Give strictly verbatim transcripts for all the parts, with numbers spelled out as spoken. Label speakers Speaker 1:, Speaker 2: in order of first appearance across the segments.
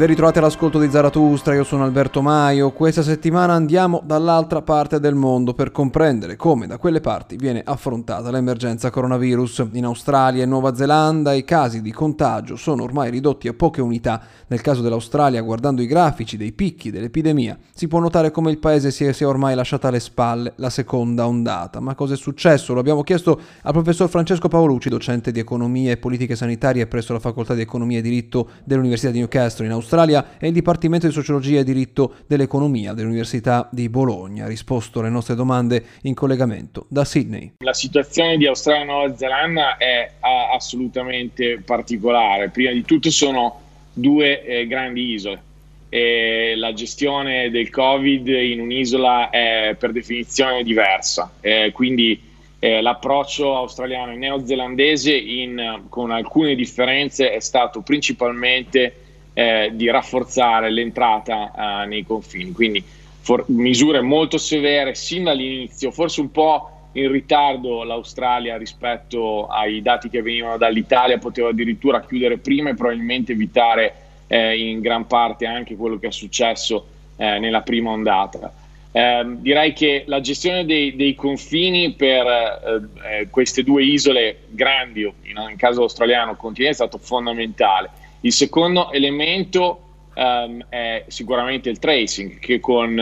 Speaker 1: Ben ritrovati all'ascolto di Zarathustra, io sono Alberto Maio. Questa settimana andiamo dall'altra parte del mondo per comprendere come da quelle parti viene affrontata l'emergenza coronavirus. In Australia e Nuova Zelanda i casi di contagio sono ormai ridotti a poche unità. Nel caso dell'Australia, guardando i grafici dei picchi dell'epidemia, si può notare come il paese si sia ormai lasciata alle spalle la seconda ondata. Ma cosa è successo? Lo abbiamo chiesto al professor Francesco Paolucci, docente di economia e politiche sanitarie presso la facoltà di economia e diritto dell'Università di Newcastle in Australia e il Dipartimento di Sociologia e Diritto dell'Economia dell'Università di Bologna. Ha risposto alle nostre domande in collegamento da Sydney.
Speaker 2: La situazione di Australia e Nuova Zelanda è uh, assolutamente particolare. Prima di tutto sono due eh, grandi isole. E la gestione del Covid in un'isola è per definizione diversa, eh, quindi eh, l'approccio australiano e neozelandese in, con alcune differenze è stato principalmente eh, di rafforzare l'entrata eh, nei confini, quindi for- misure molto severe sin dall'inizio, forse un po' in ritardo l'Australia rispetto ai dati che venivano dall'Italia, poteva addirittura chiudere prima e probabilmente evitare Eh, in gran parte anche quello che è successo eh, nella prima ondata. Eh, direi che la gestione dei, dei confini per eh, queste due isole grandi, in, in caso australiano continente, è stato fondamentale. Il secondo elemento ehm, è sicuramente il tracing, che con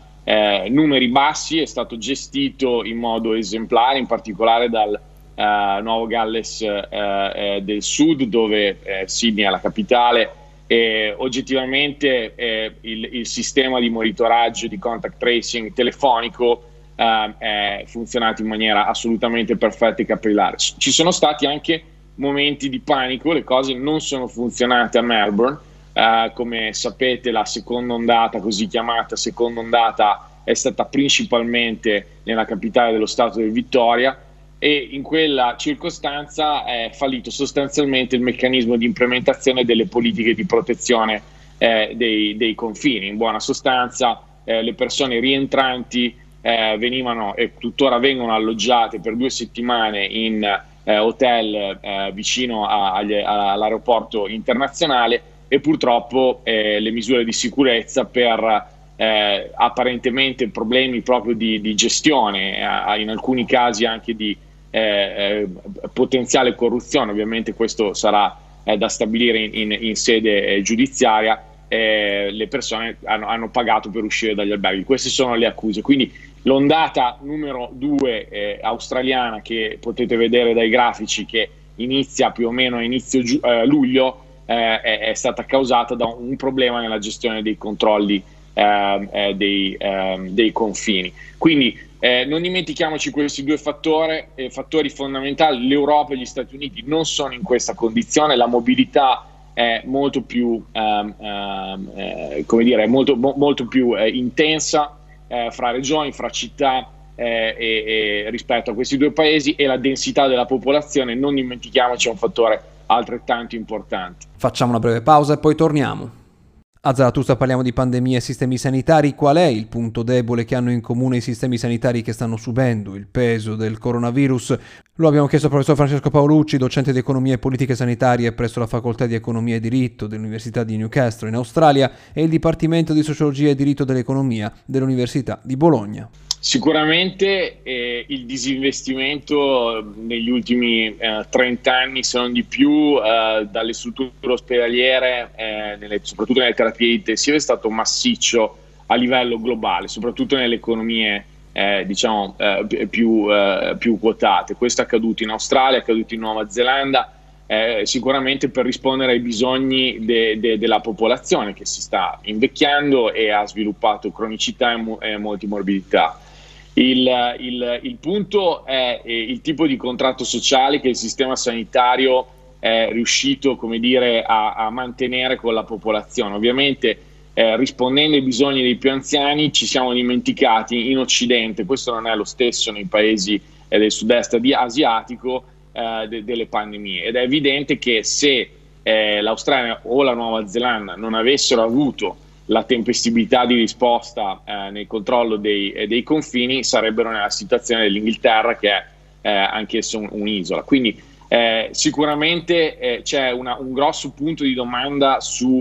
Speaker 2: eh, numeri bassi è stato gestito in modo esemplare, in particolare dal eh, Nuovo Galles eh, eh, del Sud, dove eh, Sydney è la capitale. E oggettivamente eh, il, il sistema di monitoraggio di contact tracing telefonico eh, è funzionato in maniera assolutamente perfetta e capillare. Ci sono stati anche momenti di panico, le cose non sono funzionate a Melbourne, eh, come sapete la seconda ondata, così chiamata seconda ondata, è stata principalmente nella capitale dello stato del Victoria, e in quella circostanza è fallito sostanzialmente il meccanismo di implementazione delle politiche di protezione eh, dei, dei confini. In buona sostanza eh, le persone rientranti eh, venivano e tuttora vengono alloggiate per due settimane in eh, hotel eh, vicino a, agli, all'aeroporto internazionale, e purtroppo eh, le misure di sicurezza per eh, apparentemente problemi proprio di, di gestione, eh, in alcuni casi anche di Eh, eh, potenziale corruzione, ovviamente questo sarà eh, da stabilire in, in, in sede eh, giudiziaria, eh, le persone hanno, hanno pagato per uscire dagli alberghi. Queste sono le accuse. Quindi l'ondata numero due eh, australiana, che potete vedere dai grafici, che inizia più o meno a inizio giu- eh, luglio, eh, è, è stata causata da un problema nella gestione dei controlli eh, eh, dei, eh, dei confini. Quindi Eh, non dimentichiamoci questi due fattori, eh, fattori fondamentali. L'Europa e gli Stati Uniti non sono in questa condizione, la mobilità è molto più, ehm, ehm, eh, come dire, molto, mo, molto più eh, intensa eh, fra regioni, fra città eh, e, e rispetto a questi due paesi, e la densità della popolazione, non dimentichiamoci, è un fattore altrettanto importante.
Speaker 1: Facciamo una breve pausa e poi torniamo. A Zarathustra parliamo di pandemia e sistemi sanitari. Qual è il punto debole che hanno in comune i sistemi sanitari che stanno subendo il peso del coronavirus? Lo abbiamo chiesto al professor Francesco Paolucci, docente di economia e politiche sanitarie presso la facoltà di economia e diritto dell'Università di Newcastle in Australia e il Dipartimento di Sociologia e Diritto dell'Economia dell'Università di Bologna.
Speaker 2: Sicuramente eh, il disinvestimento negli ultimi eh, trenta anni, se non di più, eh, dalle strutture ospedaliere, eh, nelle, soprattutto nelle terapie intensive, è stato massiccio a livello globale, soprattutto nelle economie eh, diciamo, eh, più, eh, più quotate. Questo è accaduto in Australia, è accaduto in Nuova Zelanda, eh, sicuramente per rispondere ai bisogni de, de, della popolazione che si sta invecchiando e ha sviluppato cronicità e, mo, e multimorbidità. Il, il, il punto è il tipo di contratto sociale che il sistema sanitario è riuscito, come dire, a, a mantenere con la popolazione. Ovviamente eh, rispondendo ai bisogni dei più anziani ci siamo dimenticati in Occidente, questo non è lo stesso nei paesi eh, del sud-est asiatico, eh, de, delle pandemie, ed è evidente che se eh, l'Australia o la Nuova Zelanda non avessero avuto la tempestività di risposta eh, nel controllo dei, eh, dei confini, sarebbero nella situazione dell'Inghilterra, che è eh, anch'esso un, un'isola. Quindi eh, sicuramente eh, c'è una, un grosso punto di domanda su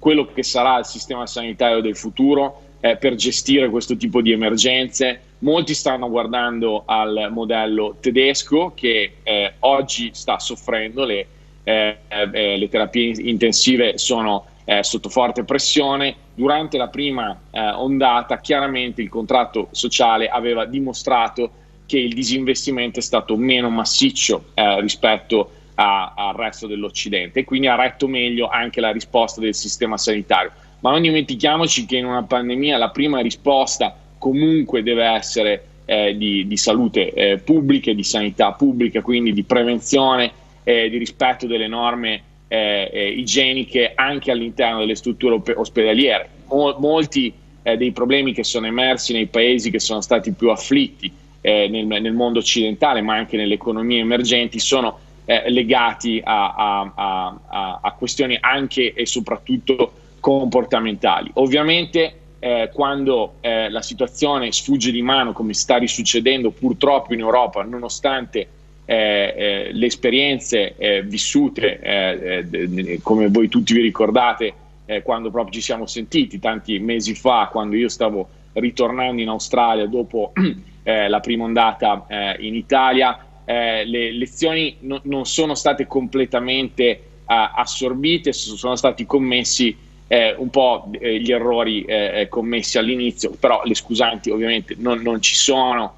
Speaker 2: quello che sarà il sistema sanitario del futuro eh, per gestire questo tipo di emergenze. Molti stanno guardando al modello tedesco che eh, oggi sta soffrendo, le, eh, eh, le terapie intensive sono eh, sotto forte pressione. Durante la prima eh, ondata chiaramente il contratto sociale aveva dimostrato che il disinvestimento è stato meno massiccio eh, rispetto a, al resto dell'Occidente, e quindi ha retto meglio anche la risposta del sistema sanitario. Ma non dimentichiamoci che in una pandemia la prima risposta comunque deve essere eh, di, di salute eh, pubblica, di sanità pubblica, quindi di prevenzione, eh, di rispetto delle norme eh, eh, igieniche anche all'interno delle strutture ospedaliere. Mol, molti eh, dei problemi che sono emersi nei paesi che sono stati più afflitti eh, nel, nel mondo occidentale, ma anche nelle economie emergenti, sono eh, legati a, a, a, a questioni anche e soprattutto comportamentali. Ovviamente Eh, quando eh, la situazione sfugge di mano, come sta risuccedendo purtroppo in Europa, nonostante eh, eh, le esperienze eh, vissute, eh, eh, come voi tutti vi ricordate, eh, quando proprio ci siamo sentiti tanti mesi fa, quando io stavo ritornando in Australia dopo eh, la prima ondata eh, in Italia, eh, le lezioni no, non sono state completamente eh, assorbite, sono stati commessi Eh, un po' eh, gli errori eh, commessi all'inizio, però le scusanti ovviamente non, non ci sono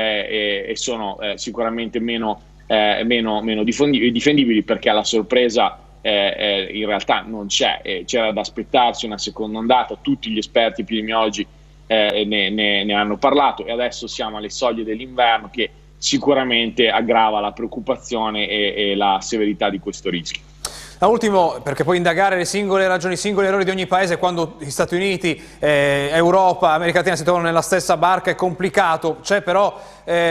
Speaker 2: eh, e, e sono eh, sicuramente meno, eh, meno, meno difendibili, perché la sorpresa eh, eh, in realtà non c'è, eh, c'era da aspettarsi una seconda ondata, tutti gli esperti epidemiologi eh, ne, ne, ne hanno parlato, e adesso siamo alle soglie dell'inverno, che sicuramente aggrava la preoccupazione e, e la severità di questo rischio.
Speaker 1: Da ultimo, perché poi indagare le singole ragioni, i singoli errori di ogni paese, quando gli Stati Uniti, eh, Europa, America Latina si trovano nella stessa barca, è complicato. C'è però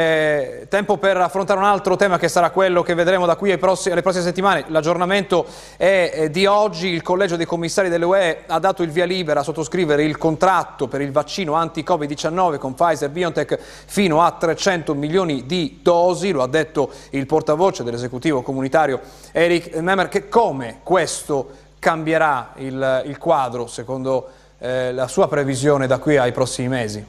Speaker 1: eh, tempo per affrontare un altro tema, che sarà quello che vedremo da qui ai prossimi, alle prossime settimane. L'aggiornamento è eh, di oggi. Il collegio dei commissari dell'U E ha dato il via libera a sottoscrivere il contratto per il vaccino anti-Covid diciannove con Pfizer-BioNTech fino a trecento milioni di dosi, lo ha detto il portavoce dell'esecutivo comunitario Eric Mamer. Che come questo cambierà il, il quadro, secondo eh, la sua previsione, da qui ai prossimi mesi?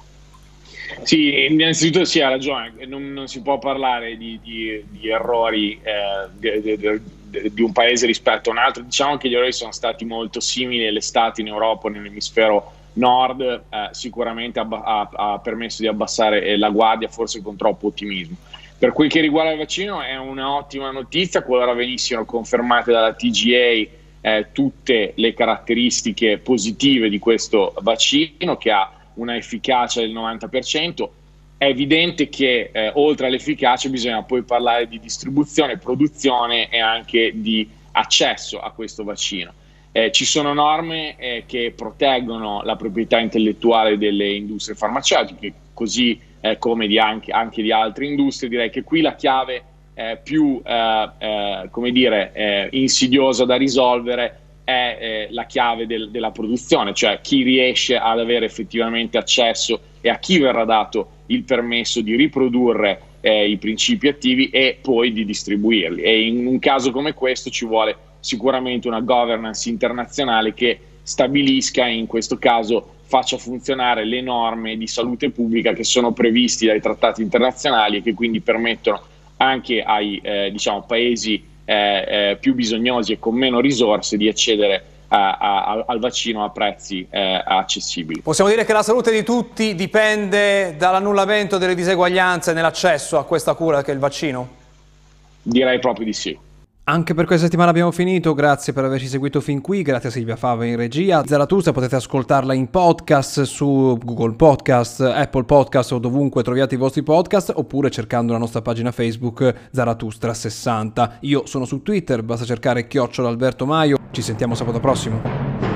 Speaker 2: Sì, innanzitutto sì, ha ragione, non, non si può parlare di, di, di errori eh, di, di, di, di un paese rispetto a un altro. Diciamo che gli errori sono stati molto simili, l'estate in Europa, nell'emisfero nord, eh, sicuramente ha, ha, ha permesso di abbassare la guardia, forse con troppo ottimismo. Per quel che riguarda il vaccino è un'ottima notizia qualora venissero confermate dalla T G A eh, tutte le caratteristiche positive di questo vaccino, che ha una efficacia del novanta per cento. È evidente che eh, oltre all'efficacia bisogna poi parlare di distribuzione, produzione e anche di accesso a questo vaccino. Eh, ci sono norme eh, che proteggono la proprietà intellettuale delle industrie farmaceutiche, così eh, come di anche, anche di altre industrie. Direi che qui la chiave eh, più eh, eh, come dire, eh, insidiosa da risolvere è eh, la chiave del, della produzione, cioè chi riesce ad avere effettivamente accesso e a chi verrà dato il permesso di riprodurre eh, i principi attivi e poi di distribuirli. E in un caso come questo ci vuole sicuramente una governance internazionale che stabilisca, in questo caso faccia funzionare le norme di salute pubblica che sono previsti dai trattati internazionali e che quindi permettono anche ai eh, diciamo, paesi eh, eh, più bisognosi e con meno risorse di accedere a, a, al vaccino a prezzi eh, accessibili.
Speaker 1: Possiamo dire che la salute di tutti dipende dall'annullamento delle diseguaglianze nell'accesso a questa cura che è il vaccino?
Speaker 2: Direi proprio di sì.
Speaker 1: Anche per questa settimana abbiamo finito, grazie per averci seguito fin qui, grazie a Silvia Fava in regia. Zarathustra potete ascoltarla in podcast su Google Podcast, Apple Podcast o dovunque troviate i vostri podcast, oppure cercando la nostra pagina Facebook Zarathustra sessanta. Io sono su Twitter, basta cercare chiocciola Alberto Maio, ci sentiamo sabato prossimo.